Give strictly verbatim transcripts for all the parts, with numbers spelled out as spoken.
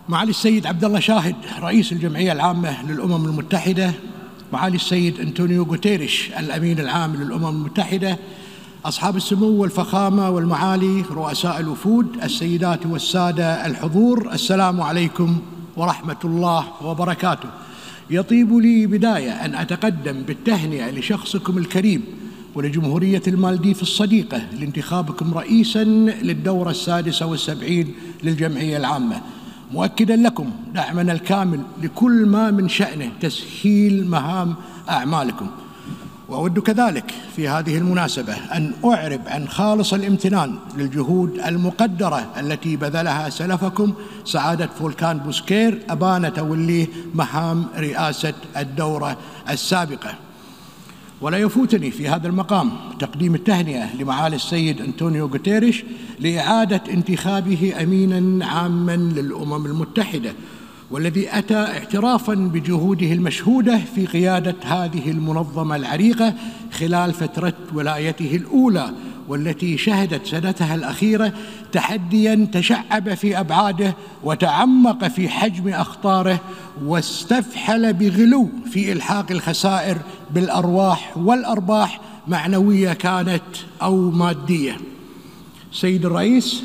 معالي السيد عبد الله شاهد رئيس الجمعية العامة للأمم المتحدة، معالي السيد أنطونيو غوتيريش الأمين العام للأمم المتحدة، أصحاب السمو والفخامة والمعالي رؤساء الوفود، السيدات والسادة الحضور، السلام عليكم ورحمة الله وبركاته. يطيب لي بداية أن أتقدم بالتهنئة لشخصكم الكريم ولجمهورية المالديف الصديقة لانتخابكم رئيساً للدورة السادسة والسبعين للجمعية العامة، مؤكداً لكم دعمنا الكامل لكل ما من شأنه تسهيل مهام أعمالكم. وأود كذلك في هذه المناسبة أن أعرب عن خالص الامتنان للجهود المقدرة التي بذلها سلفكم سعادة فولكان بوسكير أبان توليه مهام رئاسة الدورة السابقة. ولا يفوتني في هذا المقام تقديم التهنئة لمعالي السيد أنطونيو غوتيريش لإعادة انتخابه أميناً عاماً للأمم المتحدة، والذي أتى اعترافاً بجهوده المشهودة في قيادة هذه المنظمة العريقة خلال فترة ولايته الأولى، والتي شهدت سنتها الأخيرة تحدياً تشعب في أبعاده وتعمق في حجم أخطاره واستفحل بغلو في إلحاق الخسائر بالأرواح والأرباح، معنوية كانت أو مادية. سيد الرئيس،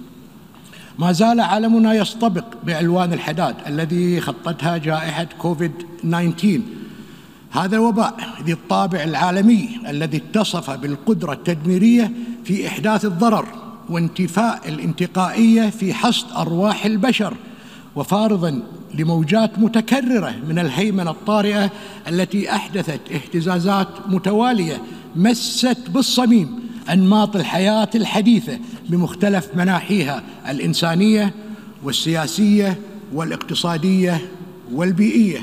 ما زال عالمنا يصطبغ بألوان الحداد الذي خطتها جائحة كوفيد تسعة عشر. هذا الوباء ذي الطابع العالمي الذي اتصف بالقدرة التدميرية في إحداث الضرر وانتفاء الانتقائية في حصد أرواح البشر، وفارضاً لموجات متكررة من الهيمنة الطارئة التي أحدثت اهتزازات متوالية مست بالصميم أنماط الحياة الحديثة بمختلف مناحيها الإنسانية والسياسية والاقتصادية والبيئية.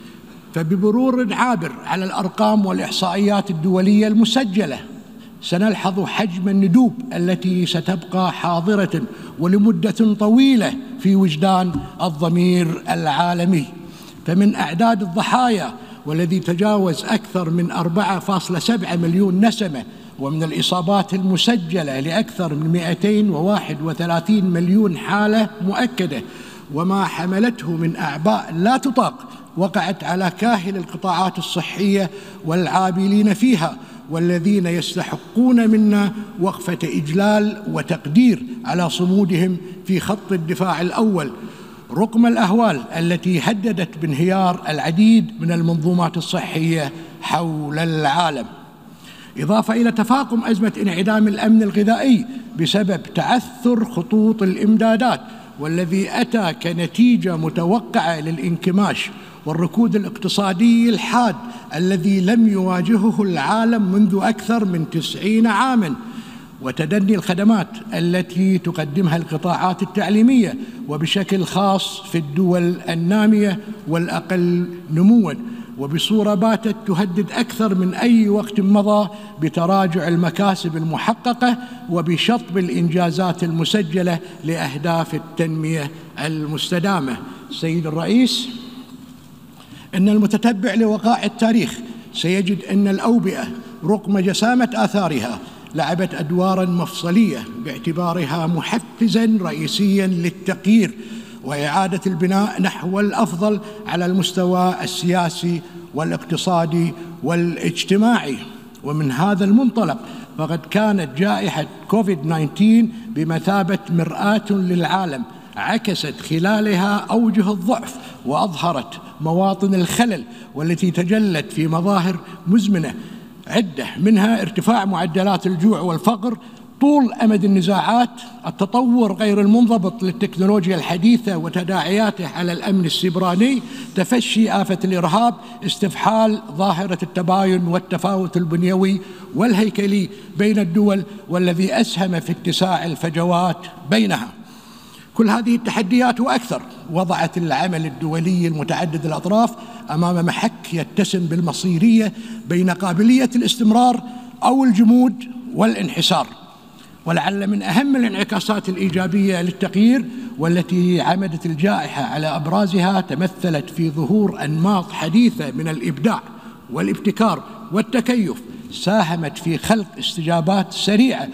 فبمرور عابر على الأرقام والإحصائيات الدولية المسجلة سنلحظ حجم الندوب التي ستبقى حاضرة ولمدة طويلة في وجدان الضمير العالمي. فمن أعداد الضحايا والذي تجاوز أكثر من أربعة فاصلة سبعة مليون نسمة، ومن الإصابات المسجلة لأكثر من مئتين وواحد وثلاثين مليون حالة مؤكدة، وما حملته من أعباء لا تطاق وقعت على كاهل القطاعات الصحية والعاملين فيها، والذين يستحقون منا وقفة إجلال وتقدير على صمودهم في خط الدفاع الأول رغم الأهوال التي هددت بانهيار العديد من المنظومات الصحية حول العالم. إضافة إلى تفاقم أزمة انعدام الأمن الغذائي بسبب تعثر خطوط الإمدادات، والذي أتى كنتيجة متوقعة للانكماش والركود الاقتصادي الحاد الذي لم يواجهه العالم منذ أكثر من تسعين عاماً، وتدني الخدمات التي تقدمها القطاعات التعليمية وبشكل خاص في الدول النامية والأقل نمواً، وبصورة باتت تهدد أكثر من أي وقت مضى بتراجع المكاسب المحققة وبشطب الإنجازات المسجلة لأهداف التنمية المستدامة. سيد الرئيس، إن المتتبع لوقائع التاريخ سيجد أن الأوبئة رغم جسامة آثارها لعبت أدواراً مفصلية باعتبارها محفزاً رئيسياً للتغيير وإعادة البناء نحو الأفضل على المستوى السياسي والاقتصادي والاجتماعي. ومن هذا المنطلق فقد كانت جائحة كوفيد تسعة عشر بمثابة مرآة للعالم عكست خلالها أوجه الضعف وأظهرت مواطن الخلل، والتي تجلت في مظاهر مزمنة عدة، منها ارتفاع معدلات الجوع والفقر، طول أمد النزاعات، التطور غير المنضبط للتكنولوجيا الحديثة وتداعياته على الأمن السيبراني، تفشي آفة الإرهاب، استفحال ظاهرة التباين والتفاوت البنيوي والهيكلي بين الدول، والذي أسهم في اتساع الفجوات بينها. كل هذه التحديات وأكثر وضعت العمل الدولي المتعدد الأطراف أمام محك يتسم بالمصيرية بين قابلية الاستمرار أو الجمود والانحسار. ولعل من أهم الانعكاسات الإيجابية للتغيير والتي عمدت الجائحة على أبرازها تمثلت في ظهور أنماط حديثة من الإبداع والابتكار والتكيف، ساهمت في خلق استجابات سريعة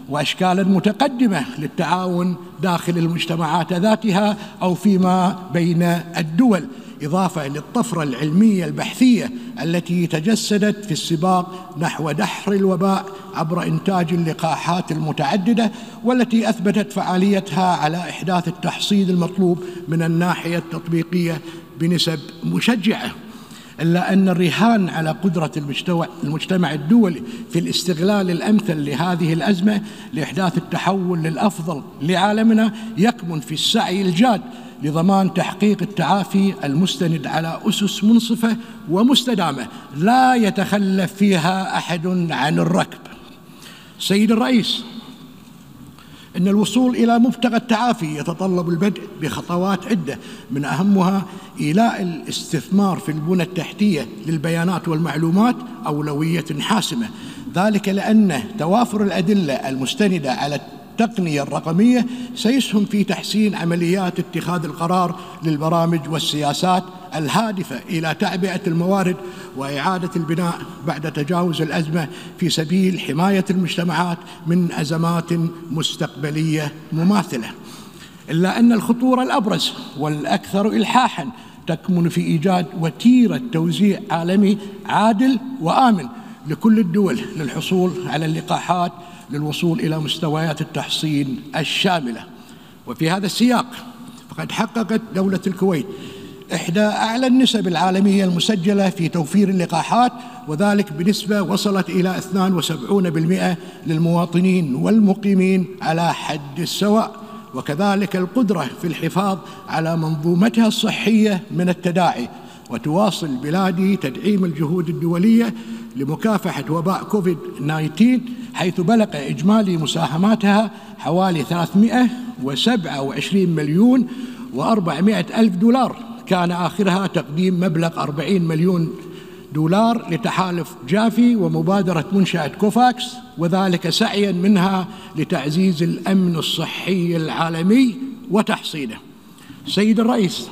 وأشكالا متقدمة للتعاون داخل المجتمعات ذاتها أو فيما بين الدول، إضافة للطفرة العلمية البحثية التي تجسدت في السباق نحو دحر الوباء عبر إنتاج اللقاحات المتعددة، والتي أثبتت فعاليتها على إحداث التحصين المطلوب من الناحية التطبيقية بنسب مشجعة. إلا أن الرهان على قدرة المجتمع الدولي في الاستغلال الأمثل لهذه الأزمة لإحداث التحول للأفضل لعالمنا يكمن في السعي الجاد لضمان تحقيق التعافي المستند على أسس منصفة ومستدامة لا يتخلف فيها أحد عن الركب. سيد الرئيس، إن الوصول إلى مبتغى التعافي يتطلب البدء بخطوات عدة، من أهمها إيلاء الاستثمار في البنى التحتية للبيانات والمعلومات أولوية حاسمة، ذلك لأن توافر الأدلة المستندة على التقنية الرقمية سيسهم في تحسين عمليات اتخاذ القرار للبرامج والسياسات الهادفة إلى تعبئة الموارد وإعادة البناء بعد تجاوز الأزمة في سبيل حماية المجتمعات من أزمات مستقبلية مماثلة. إلا أن الخطورة الأبرز والأكثر إلحاحاً تكمن في إيجاد وتيرة توزيع عالمي عادل وآمن لكل الدول للحصول على اللقاحات للوصول إلى مستويات التحصين الشاملة. وفي هذا السياق فقد حققت دولة الكويت إحدى أعلى النسب العالمية المسجلة في توفير اللقاحات، وذلك بنسبة وصلت إلى اثنين وسبعين بالمئة للمواطنين والمقيمين على حد السواء، وكذلك القدرة في الحفاظ على منظومتها الصحية من التداعي. وتواصل بلادي تدعيم الجهود الدولية لمكافحة وباء كوفيد تسعة عشر، حيث بلغ إجمالي مساهماتها حوالي ثلاثمئة وسبعة وعشرين مليون وأربعمئة ألف دولار، كان آخرها تقديم مبلغ أربعين مليون دولار لتحالف جافي ومبادرة منشأة كوفاكس، وذلك سعيا منها لتعزيز الأمن الصحي العالمي وتحصينه. سيد الرئيس،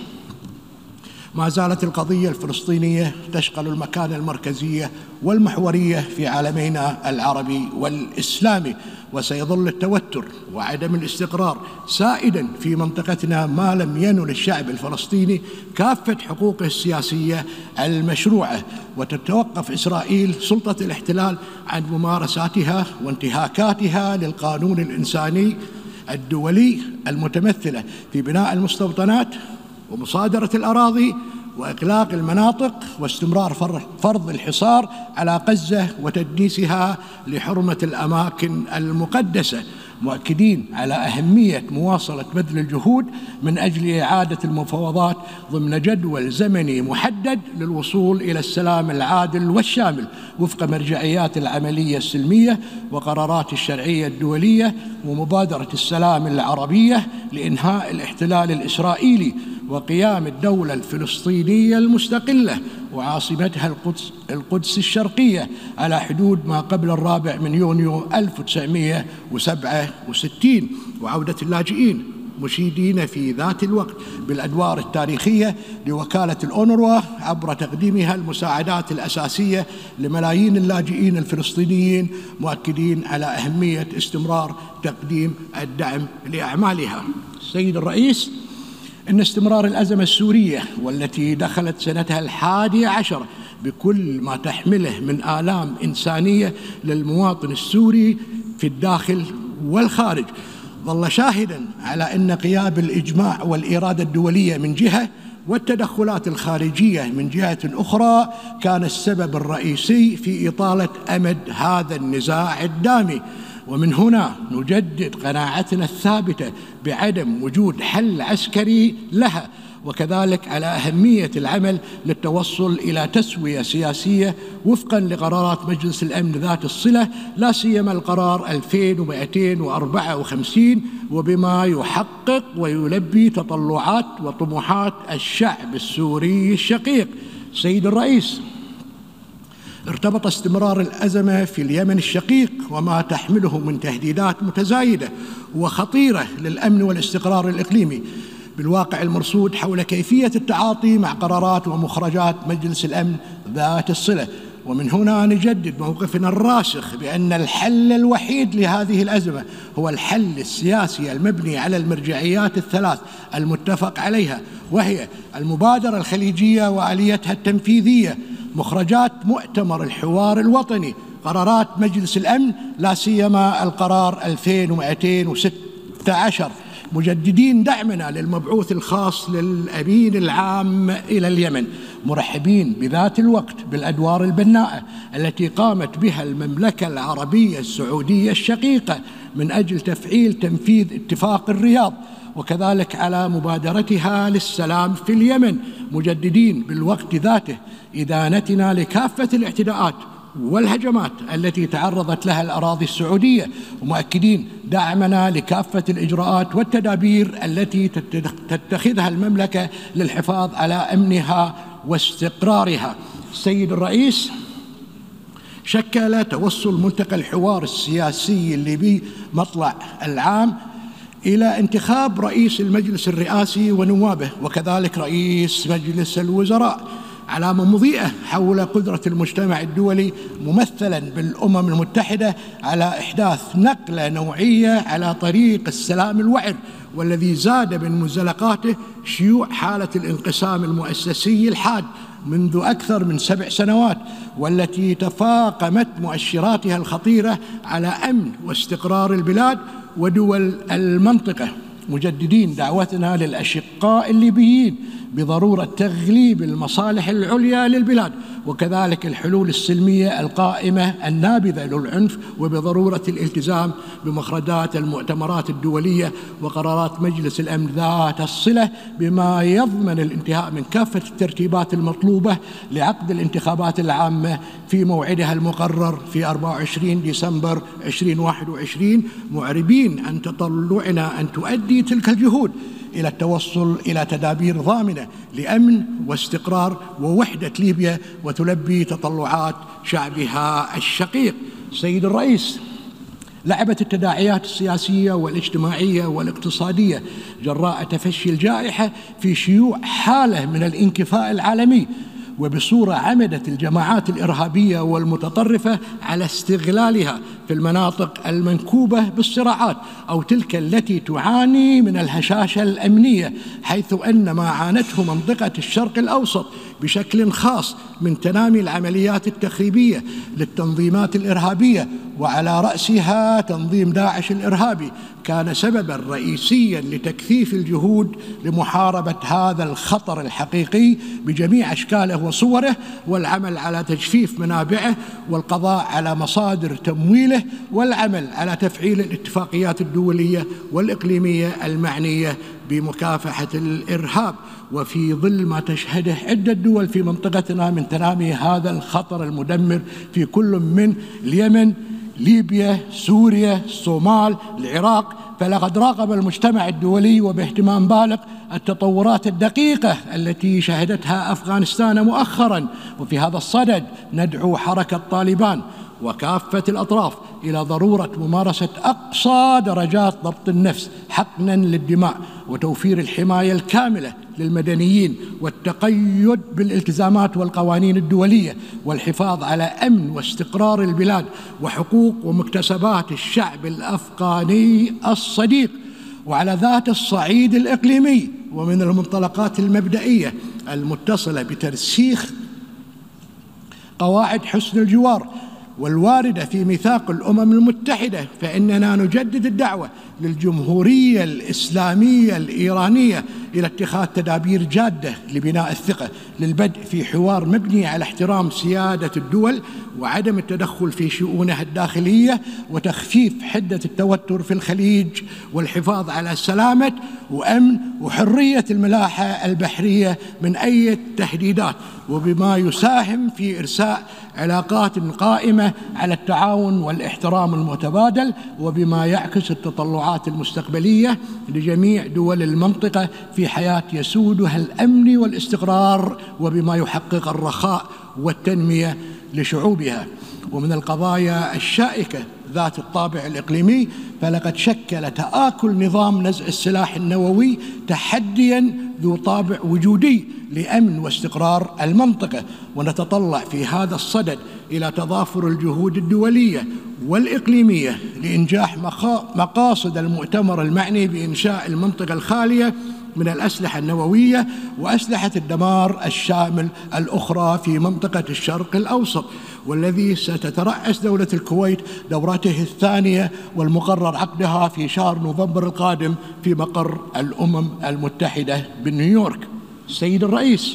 ما زالت القضية الفلسطينية تشغل المكانة المركزية والمحورية في عالمينا العربي والإسلامي، وسيظل التوتر وعدم الاستقرار سائدا في منطقتنا ما لم ينل الشعب الفلسطيني كافة حقوقه السياسية المشروعة، وتتوقف إسرائيل سلطة الاحتلال عن ممارساتها وانتهاكاتها للقانون الإنساني الدولي المتمثلة في بناء المستوطنات ومصادرة الأراضي وإغلاق المناطق واستمرار فرض الحصار على غزة وتدنيسها لحرمة الأماكن المقدسة، مؤكدين على أهمية مواصلة بذل الجهود من أجل إعادة المفاوضات ضمن جدول زمني محدد للوصول إلى السلام العادل والشامل وفق مرجعيات العملية السلمية وقرارات الشرعية الدولية ومبادرة السلام العربية لإنهاء الاحتلال الإسرائيلي وقيام الدولة الفلسطينية المستقلة وعاصمتها القدس, القدس الشرقية على حدود ما قبل الرابع من يونيو ألف وتسعمئة وسبعة وستين، وعودة اللاجئين، مشيدين في ذات الوقت بالأدوار التاريخية لوكالة الأونروا عبر تقديمها المساعدات الأساسية لملايين اللاجئين الفلسطينيين، مؤكدين على أهمية استمرار تقديم الدعم لأعمالها. سيد الرئيس، إن استمرار الأزمة السورية والتي دخلت سنتها الحادية عشر بكل ما تحمله من آلام إنسانية للمواطن السوري في الداخل والخارج ظل شاهداً على أن غياب الإجماع والإرادة الدولية من جهة والتدخلات الخارجية من جهة أخرى كان السبب الرئيسي في إطالة أمد هذا النزاع الدامي. ومن هنا نجدد قناعتنا الثابتة بعدم وجود حل عسكري لها، وكذلك على أهمية العمل للتوصل إلى تسوية سياسية وفقا لقرارات مجلس الأمن ذات الصلة، لا سيما القرار ألفين ومئتين وأربعة وخمسين، وبما يحقق ويلبي تطلعات وطموحات الشعب السوري الشقيق. سيد الرئيس، ارتبط استمرار الأزمة في اليمن الشقيق وما تحمله من تهديدات متزايدة وخطيرة للأمن والاستقرار الإقليمي بالواقع المرصود حول كيفية التعاطي مع قرارات ومخرجات مجلس الأمن ذات الصلة، ومن هنا نجدد موقفنا الراسخ بأن الحل الوحيد لهذه الأزمة هو الحل السياسي المبني على المرجعيات الثلاث المتفق عليها، وهي المبادرة الخليجية وآليتها التنفيذية، مخرجات مؤتمر الحوار الوطني، قرارات مجلس الأمن لا سيما القرار ألفين ومئتين وستة عشر، مجددين دعمنا للمبعوث الخاص للأمين العام إلى اليمن، مرحبين بذات الوقت بالأدوار البناءة التي قامت بها المملكة العربية السعودية الشقيقة من أجل تفعيل تنفيذ اتفاق الرياض، وكذلك على مبادرتها للسلام في اليمن، مجددين بالوقت ذاته إدانتنا لكافة الاعتداءات والهجمات التي تعرضت لها الأراضي السعودية، ومؤكدين دعمنا لكافة الإجراءات والتدابير التي تتخذها المملكة للحفاظ على أمنها واستقرارها. السيد الرئيس شكل توصل ملتقى الحوار السياسي الليبي مطلع العام إلى انتخاب رئيس المجلس الرئاسي ونوابه، وكذلك رئيس مجلس الوزراء، علامة مضيئة حول قدرة المجتمع الدولي ممثلا بالأمم المتحدة على إحداث نقلة نوعية على طريق السلام الوعر، والذي زاد من منزلقاته شيوع حالة الانقسام المؤسسي الحاد منذ أكثر من سبع سنوات، والتي تفاقمت مؤشراتها الخطيرة على أمن واستقرار البلاد ودول المنطقة، مجددين دعوتنا للأشقاء الليبيين بضرورة تغليب المصالح العليا للبلاد، وكذلك الحلول السلمية القائمة النابذة للعنف، وبضرورة الالتزام بمخرجات المؤتمرات الدولية وقرارات مجلس الأمن ذات الصلة، بما يضمن الانتهاء من كافة الترتيبات المطلوبة لعقد الانتخابات العامة في موعدها المقرر في أربعة وعشرين ديسمبر ألفين وواحد وعشرين، معربين عن تطلعنا أن تؤدي تلك الجهود إلى التوصل إلى تدابير ضامنة لأمن واستقرار ووحدة ليبيا وتلبي تطلعات شعبها الشقيق. سيد الرئيس، لعبت التداعيات السياسية والاجتماعية والاقتصادية جراء تفشي الجائحة في شيوع حالة من الانكفاء العالمي، وبصورة عمدت الجماعات الإرهابية والمتطرفة على استغلالها في المناطق المنكوبة بالصراعات أو تلك التي تعاني من الهشاشة الأمنية، حيث أن ما عانته منطقة الشرق الأوسط بشكل خاص من تنامي العمليات التخريبية للتنظيمات الإرهابية، وعلى رأسها تنظيم داعش الإرهابي، كان سببا رئيسيا لتكثيف الجهود لمحاربة هذا الخطر الحقيقي بجميع أشكاله وصوره، والعمل على تجفيف منابعه والقضاء على مصادر تمويله، والعمل على تفعيل الاتفاقيات الدولية والإقليمية المعنية بمكافحة الإرهاب. وفي ظل ما تشهده عدة دول في منطقتنا من تنامي هذا الخطر المدمر في كل من اليمن، ليبيا، سوريا، الصومال، العراق، فلقد راقب المجتمع الدولي وباهتمام بالغ التطورات الدقيقة التي شهدتها أفغانستان مؤخرا، وفي هذا الصدد ندعو حركة طالبان وكافة الأطراف إلى ضرورة ممارسة أقصى درجات ضبط النفس حقنا للدماء، وتوفير الحماية الكاملة للمدنيين، والتقيد بالالتزامات والقوانين الدولية، والحفاظ على أمن واستقرار البلاد وحقوق ومكتسبات الشعب الأفغاني الصديق. وعلى ذات الصعيد الإقليمي، ومن المنطلقات المبدئية المتصلة بترسيخ قواعد حسن الجوار والواردة في ميثاق الأمم المتحدة، فإننا نجدد الدعوة للجمهورية الإسلامية الإيرانية إلى اتخاذ تدابير جادة لبناء الثقة، للبدء في حوار مبني على احترام سيادة الدول وعدم التدخل في شؤونها الداخلية، وتخفيف حدة التوتر في الخليج، والحفاظ على سلامة وأمن وحرية الملاحة البحرية من أي تهديدات، وبما يساهم في إرساء علاقات قائمة على التعاون والاحترام المتبادل، وبما يعكس التطلعات المستقبلية لجميع دول المنطقة في حياة يسودها الأمن والاستقرار، وبما يحقق الرخاء والتنمية لشعوبها. ومن القضايا الشائكة ذات الطابع الإقليمي، فلقد شكل تآكل نظام نزع السلاح النووي تحدياً ذو طابع وجودي لأمن واستقرار المنطقة. ونتطلع في هذا الصدد إلى تضافر الجهود الدولية والإقليمية لإنجاح مقاصد المؤتمر المعني بإنشاء المنطقة الخالية من الأسلحة النووية وأسلحة الدمار الشامل الأخرى في منطقة الشرق الأوسط، والذي ستترأس دولة الكويت دورته الثانية والمقرر عقدها في شهر نوفمبر القادم في مقر الأمم المتحدة بنيويورك. السيد الرئيس،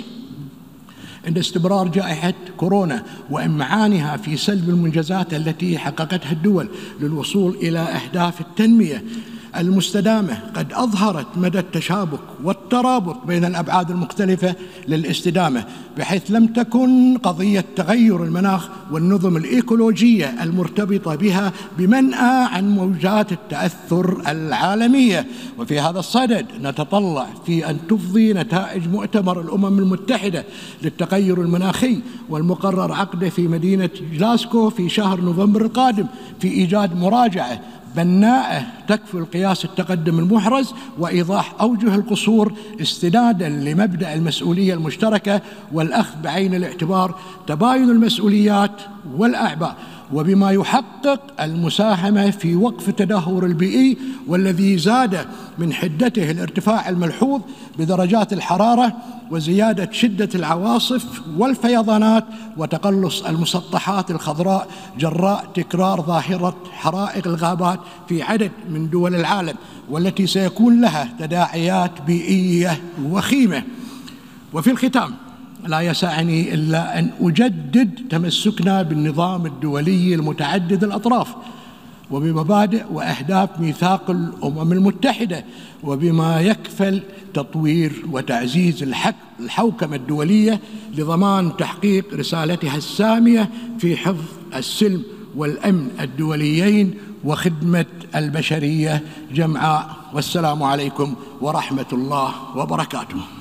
عند استمرار جائحة كورونا وإمعانها في سلب المنجزات التي حققتها الدول للوصول إلى أهداف التنمية المستدامة، قد أظهرت مدى التشابك والترابط بين الأبعاد المختلفة للاستدامة، بحيث لم تكن قضية تغير المناخ والنظم الإيكولوجية المرتبطة بها بمنأى عن موجات التأثر العالمية. وفي هذا الصدد نتطلع في أن تفضي نتائج مؤتمر الأمم المتحدة للتغير المناخي والمقرر عقده في مدينة جلاسكو في شهر نوفمبر القادم في إيجاد مراجعة بناءة تكفي القياس التقدم المحرز وإيضاح أوجه القصور، استناداً لمبدأ المسؤولية المشتركة والأخذ بعين الاعتبار تباين المسؤوليات والأعباء، وبما يحقق المساهمة في وقف التدهور البيئي والذي زاد من حدته الارتفاع الملحوظ بدرجات الحرارة وزيادة شدة العواصف والفيضانات وتقلص المسطحات الخضراء جراء تكرار ظاهرة حرائق الغابات في عدد من دول العالم، والتي سيكون لها تداعيات بيئية وخيمة. وفي الختام، لا يسعني إلا أن أجدد تمسكنا بالنظام الدولي المتعدد الأطراف وبمبادئ وأهداف ميثاق الأمم المتحدة، وبما يكفل تطوير وتعزيز الحوكمة الدولية لضمان تحقيق رسالتها السامية في حفظ السلم والأمن الدوليين وخدمة البشرية جمعاء. والسلام عليكم ورحمة الله وبركاته.